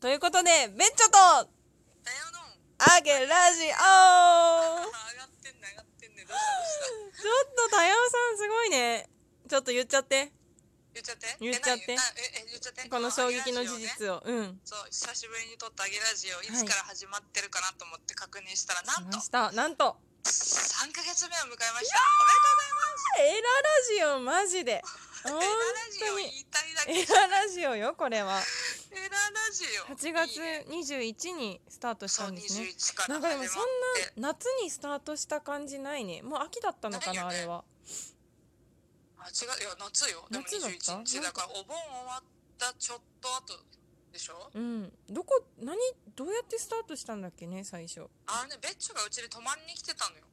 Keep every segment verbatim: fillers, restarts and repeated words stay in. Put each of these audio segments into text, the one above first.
ということでベッチョとだよのあげラジオ上がってんね上がってんねどうしたどうしたちょっとたやおさんすごいね。ちょっと言っちゃって言っちゃって言っちゃってえ何ええ言っちゃってこの衝撃の事この実を、 アゲラジオね、 うんそう久しぶりに撮ったアゲラジオいつから始まってるかなと思って確認したら、なんとしましたなんとさんかげつめを迎えましエた。 ララジオマジで本おめでとうございます。エララジオ言いたいだけエララジオよこれは。 エララジオはちがついいねにじゅういちにスタートしたんですね。 そうにじゅういちからなんかでも始そんまってな夏にスタートした感じないね。もう秋だったのかな、 ないよねあれは。 あ違ういや夏よでも夏だったにじゅういちにちだからお盆終わったちょっと後でしょ。 うんどこ何どうやってスタートしたんだっけね最初。 あのねベッチョがうちで泊まりに来てたのよ。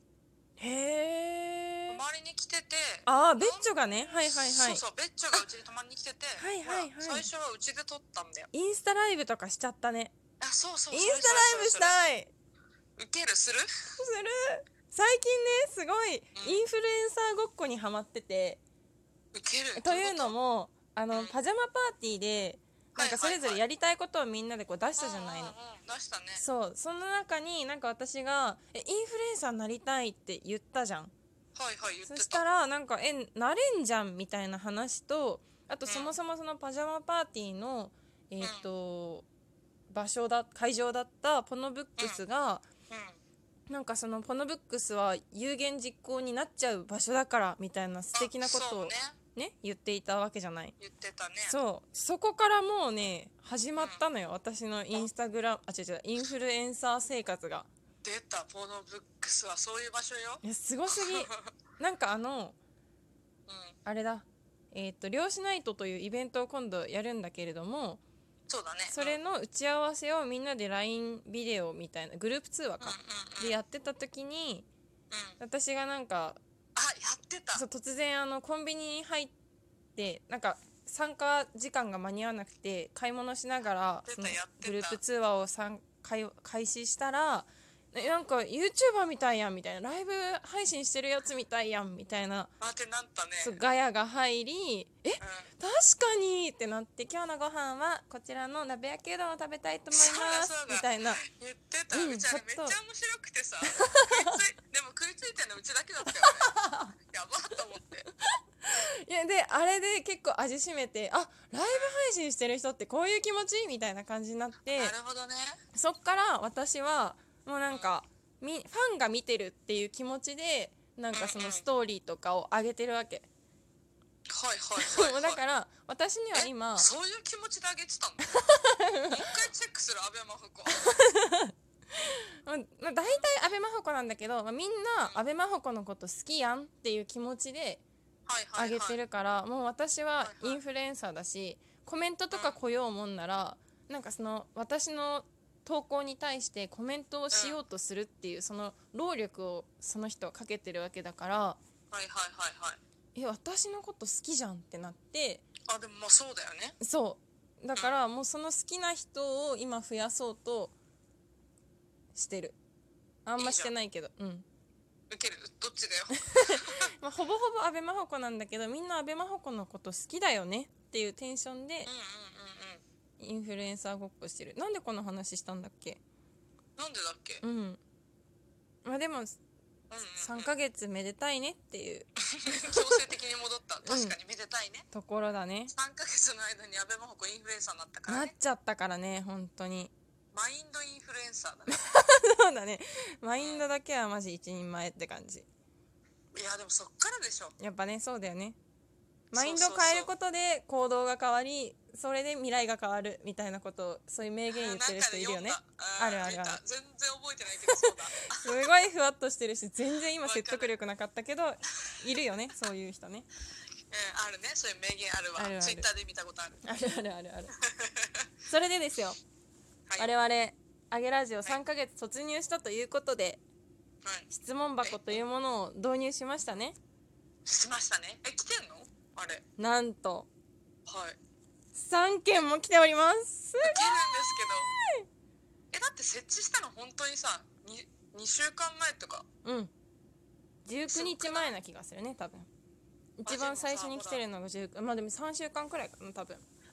へえ。 泊まりに来ててああベッチョがねはいはいはい。 そうそうベッチョがうちに泊まりに来ててはいはいはいほら最初はうちで撮ったんだよ。 インスタライブとかしちゃったね。 あそうそうインスタライブしたい。 ウケるするする。最近ねすごいインフルエンサーごっこにハマってて、 ウケるというのもあのうんパジャマパーティーでなんかそれぞれやりたいことをみんなでこう出したじゃないの。 うんうんうん出したね。 そうその中になんか私がえインフルエンサーになりたいって言ったじゃん。 はいはい言ってた。 そしたらなんかえなれんじゃんみたいな話と、あとうんそもそもそのパジャマパーティーのえっ、と、場所だ会場だったポノブックスが、 うんなんかそのポノブックスは有言実行になっちゃう場所だからみたいな素敵なことをあそうねね言っていたわけじゃない。 言ってたね。 そうそこからもうね始まったのよ、私のインスタグラムあ違う違うインフルエンサー生活が。 出たポノブックスはそういう場所よ。 いやすごすぎなんかあのうんあれだえっ、と漁師ナイトというイベントを今度やるんだけれども、 そうだね。 それの打ち合わせをみんなで ライン ビデオみたいなグループ通話か、 うんうんうんでやってた時にうん私がなんかあやってた。 そう突然あのコンビニに入ってなんか参加時間が間に合わなくて買い物しながら出そのたやってたグループ通話を参開開始したらえなんか YouTuber みたいやんみたいなライブ配信してるやつみたいやんみたいな待ってなったね。 そうガヤが入りえうん確かにってなって今日のご飯はこちらの鍋焼きうどんを食べたいと思いますそうだそうだみたいな言ってた、 ううんちあれめっちゃちょっと面白くてさ食いついでも食いついてんのうちだけだったよねやばっと思っていやであれで結構味しめてあライブ配信してる人ってこういう気持ちみたいな感じになってなるほどね。 そっから私はもうなんかみファンが見てるっていう気持ちでなんかそのストーリーとかを上げてるわけはいはいはい、はい、 もうだから私には今そういう気持ちであげてたの一回チェックするアベマフコまあ、まあ大体阿部真帆子なんだけど、まあ、みんな阿部真帆子のこと好きやんっていう気持ちではいはいはい上げてるからもう私はインフルエンサーだしコメントとか来ようもんならなんかその私の投稿に対してコメントをしようとするっていうその労力をその人はかけてるわけだからはいはいはいはいえ私のこと好きじゃんってなってあでもまあそうだよね。 そうだからもうその好きな人を今増やそうとしてる。あんましてないけどうんウケるどっちだよまあ、ほぼほぼ阿部真帆子なんだけどみんな阿部真帆子のこと好きだよねっていうテンションでうんうんうんうんインフルエンサーごっこしてる。なんでこの話したんだっけ。 なんでだっけ。 うんまあでもうんうんさんかげつめでたいねっていう強制的に戻った確かにめでたいね、 ところだね。 さんかげつの間にアベマホコインフルエンサーになったからね。 なっちゃったからね本当にマインドインフルエンサーだねそうだねマインドだけはマジ一人前って感じ。 いやでもそっからでしょ。 やっぱねそうだよね。 そうマインドを変えることで行動が変わりそれで未来が変わるみたいなことをそういう名言言ってる人いるよね。 なんかで読んだあるあるある見た全然覚えてないけどそうだすごいふわっとしてるし全然今説得力なかったけどいるよねそういう人ね。 えーあるねそういう名言あるわ。 あるあるツイッターで見たことあるあるあるあるあるそれでですよ、 はい我々あげラジオさんかげつ突入したということで、 はい質問箱というものを導入しましたね。 しましたね。え来てんのあれ。 なんとはいさんけんも来ております。 受けるんですけどえだって設置したの本当にさ 2, 2週間前とか。 うんじゅうくにちまえな気がするね多分。一番最初に来てるのがじゅうまあでもさんしゅうかんくらいかな多分。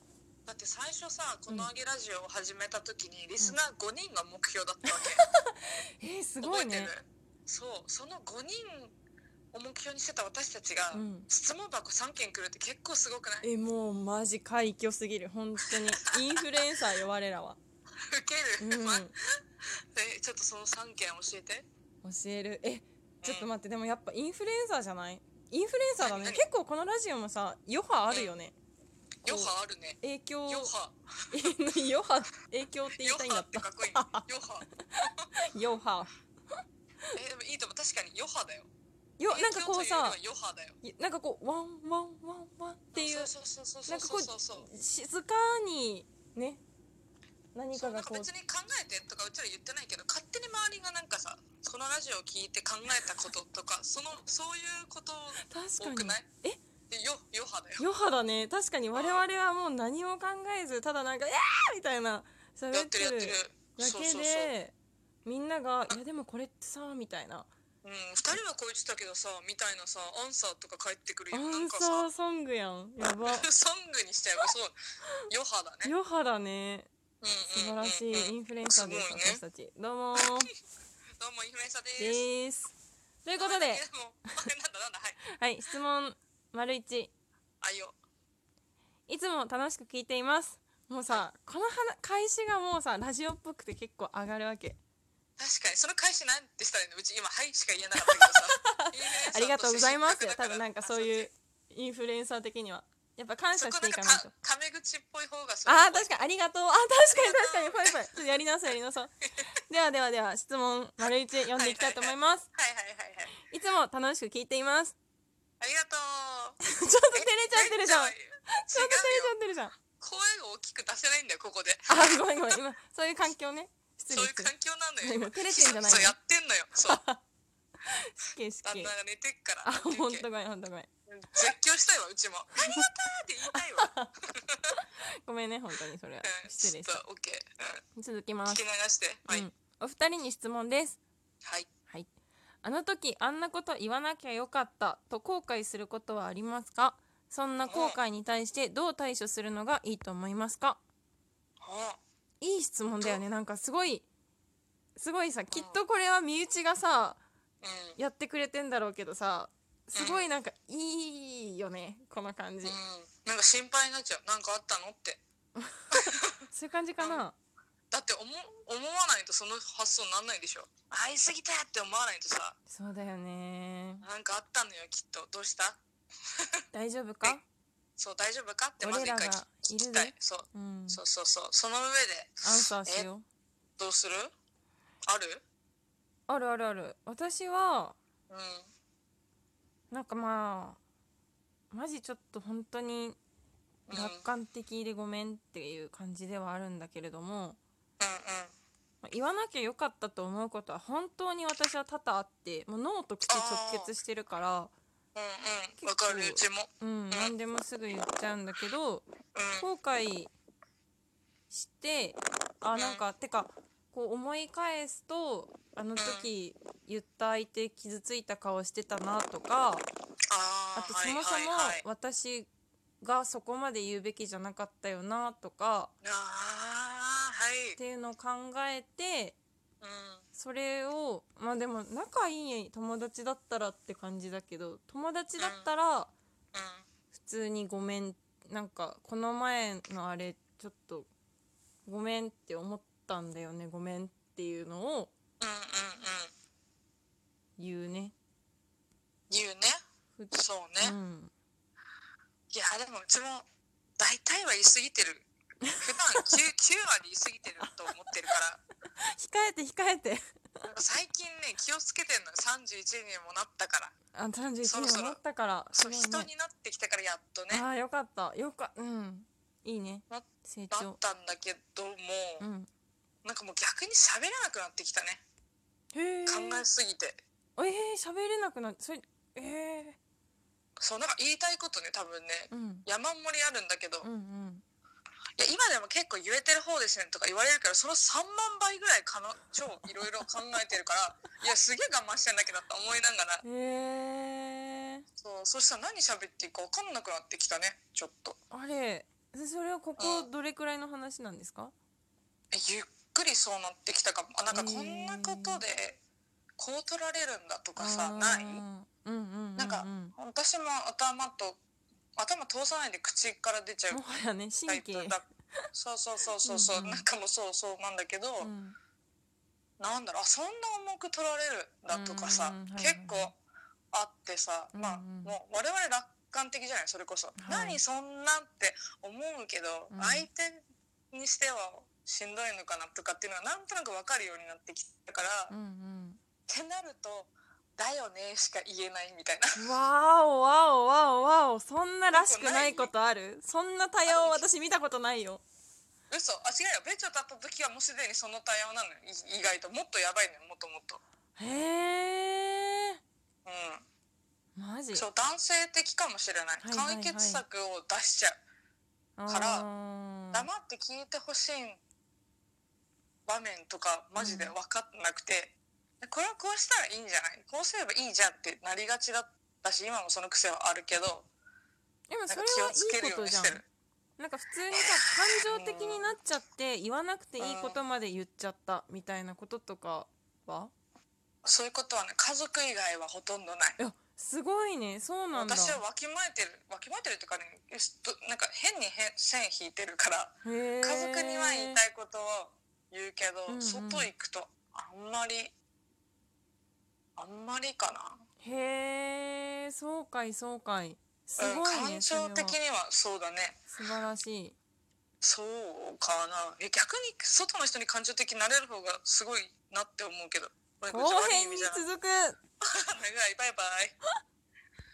だって最初さこのあげラジオを始めた時にリスナーごにんが目標だったわけ、 えー、すごいね。 覚えてる？そうそのごにんを目標にしてた私たちが、 うん、 質問箱さんけん来るって結構すごくない？ えもうマジ快挙すぎる本当に。インフルエンサーよ我らは。 ウケる、 うん、 まえちょっとそのさんけん教えて。 教える。えちょっと待って、でもやっぱインフルエンサーじゃない？インフルエンサーだね。 何結構このラジオもさ余波あるよね、 余波あるね。 影響。 余波余波影響って言いたいんだった。 余波ってかっこいい余波余波えでもいいと思う。確かに余波だよ。 よなんかこうさ影響というよりは余波だよ。 なんかこうワンワンワンワンっていう、 そうそうそうそうなんかこそうそうう静かにね何かがこう別に考えてとかうちら言ってないけど、勝手に周りがなんかさこのラジオを聞いて考えたこととかそのそういうこと多くない？ えでよ余波だよ。 余波だね。確かに我々はもう何も考えずただなんか「えー!」みたいな喋ってるだけそうそうそうでみんなが「いやでもこれってさ」みたいな、 うん、ふたりはこう言ってたけどさみたいなさアンサーとか返ってくるアよ。なンんかサーソングやん。やばソングにしちゃえばそう余波だね。 余波だね。 うんうん素晴らしいインフルエンサーです、 すごいね。 私たち。どうもーどうもインフルエンサーです。 ですということで、 でもなんだなんだはいはい質問丸一。 あいよいつも楽しく聞いています。もうさこの開始がもうさラジオっぽくて結構上がるわけ。 確かにその返しなんてしたらいいの？うち今はいしか言えなかったけどさありがとうございますよ。多多分なんかそういうインフルエンサー的にはやっぱ感謝していかないと。 タメ口っぽい方がああ確かにありがとう。あ確かに確かにファイファイちょっとやりなさいやりなさいではではでは質問丸一読んでいきたいと思います。 はいはいはいはい。 いつも楽しく聞いています。 ありがとう。 ちょっと照れちゃってるじゃん。ちょっと照れちゃってるじゃん。 声が大きく出せないんだよここで。 あごめんごめん今そういう環境ね。失礼そういう環境なのよ。 今照れてんじゃないの？ そうやってんのよ。そうしけしけ。 旦那が寝てっからあほんとごめんほんとごめん。 絶叫したいわうちも。ありがとうって言いたいわごめんね本当にそれは失礼した。 オッケー。 続きます。 聞き流してはい、 うん、お二人に質問です。 はいはい。あの時あんなこと言わなきゃよかったと後悔することはありますか？そんな後悔に対してどう対処するのがいいと思いますか？いい質問だよね。なんかすごいすごいさきっとこれは身内がさ、うん、やってくれてんだろうけどさすごいなんかいいよねこの感じ、うん、 なんか心配になっちゃう。なんかあったのってそういう感じかな、うん、 だって思思わないとその発想なんないでしょ。会いすぎたって思わないとさ。 そうだよね。 なんかあったのよきっと。どうした大丈夫かそう大丈夫かってまず一回聞きたい。そう、うん、そうそうそうその上でアンサーしよう。 どうする？ある？ あるあるある。私は、 うん、 なんかまあマジちょっと本当に楽観的でごめんっていう感じではあるんだけれども、うんうん、言わなきゃよかったと思うことは本当に私は多々あって、もう脳と口直結してるから、 うんうん、わかるうちも、 うん、何でもすぐ言っちゃうんだけど、うん、後悔してあなんか、うん、てかこう思い返すとあの時言った相手傷ついた顔してたなとか、うん、あとそもそも私がそこまで言うべきじゃなかったよなとか、 あ、はい、 っていうのを考えて、 うん、 それをまあでも仲いい友達だったらって感じだけど、友達だったら、うんうん、普通にごめんなんかこの前のあれちょっとごめんって思ったんだよねごめんっていうのを、うんうんうん、言うね言うねそうね、うん、いやでもうちも大体は言い過ぎてる普段 9, きゅう割言い過ぎてると思ってるから控えて控えて最近ね気をつけてんのよ。さんじゅういちにもなったから。 あさんじゅういちにもなったからそう、ね、人になってきたからやっとね。 ああよかったよかうんいいねな成長なったんだけども、 うん、 なんかもう逆に喋れなくなってきたね。 へえ考えすぎてえー、喋れなくなってそれえー、 そうなんか言いたいことね多分ね、うん、山盛りあるんだけど、うんうん、いや今でも結構言えてる方ですねとか言われるけどそのさんまんばいぐらいかの超いろいろ考えてるからいやすげえ我慢してんだけどって思いながらへえー、 そうそしたら何喋っていいか分かんなくなってきたねちょっと。 あれそれはここどれくらいの話なんですか？ ゆっくりそうなってきたかも。あ、なんかこんなことでこう取られるんだとかさ、ない？ うんうんうんうん、 なんか私も頭と頭通さないで口から出ちゃうもはやね、神経だ。そうそうそうそうそう、うんうん、なんかもうそうそうなんだけど、うん、なんだろう、あ、そんな重く取られるんだとかさ、うんうん、結構あってさ、うんうん、まあもう我々楽観的じゃない、それこそ、はい、何そんなって思うけど、うん、相手にしてはしんどいのかなとかっていうのはなんとなく分かるようになってきたから、うんうん、ってなるとだよねしか言えないみたいな。 わおわおわおわお、そんならしくないことある？そんな対応私見たことないよ。 嘘、あ、違うよ、ベチョ立った時はもうすでにその対応なのよ。意外ともっとやばいのよ、もっともっと。 へえ。 うん、 マジ？ そう、男性的かもしれない、はいはいはい、解決策を出しちゃうから黙って聞いてほしい場面とかマジで分かんなくて、うん、これはこうしたらいいんじゃない、こうすればいいじゃんってなりがちだったし、今もその癖はあるけど、 でもそれはいいことじゃん。なんか普通にさ、感情的になっちゃって言わなくていいことまで言っちゃったみたいなこととかは？ そういうことはね、家族以外はほとんどない。 いや、すごいね。そうなんだ。 私はわきまえてるわきまえてるっていうかね、なんか変に線引いてるから、家族には言いたいことを言うけど、うんうん、外行くとあんまりあんまりかな。 へえ、そうかいそうかい。すごいね、 うん、感情的にはそうだね。 素晴らしい。 そうかな。え、逆に外の人に感情的になれる方がすごいなって思うけど。 後編に続く。 長い、バイバイ。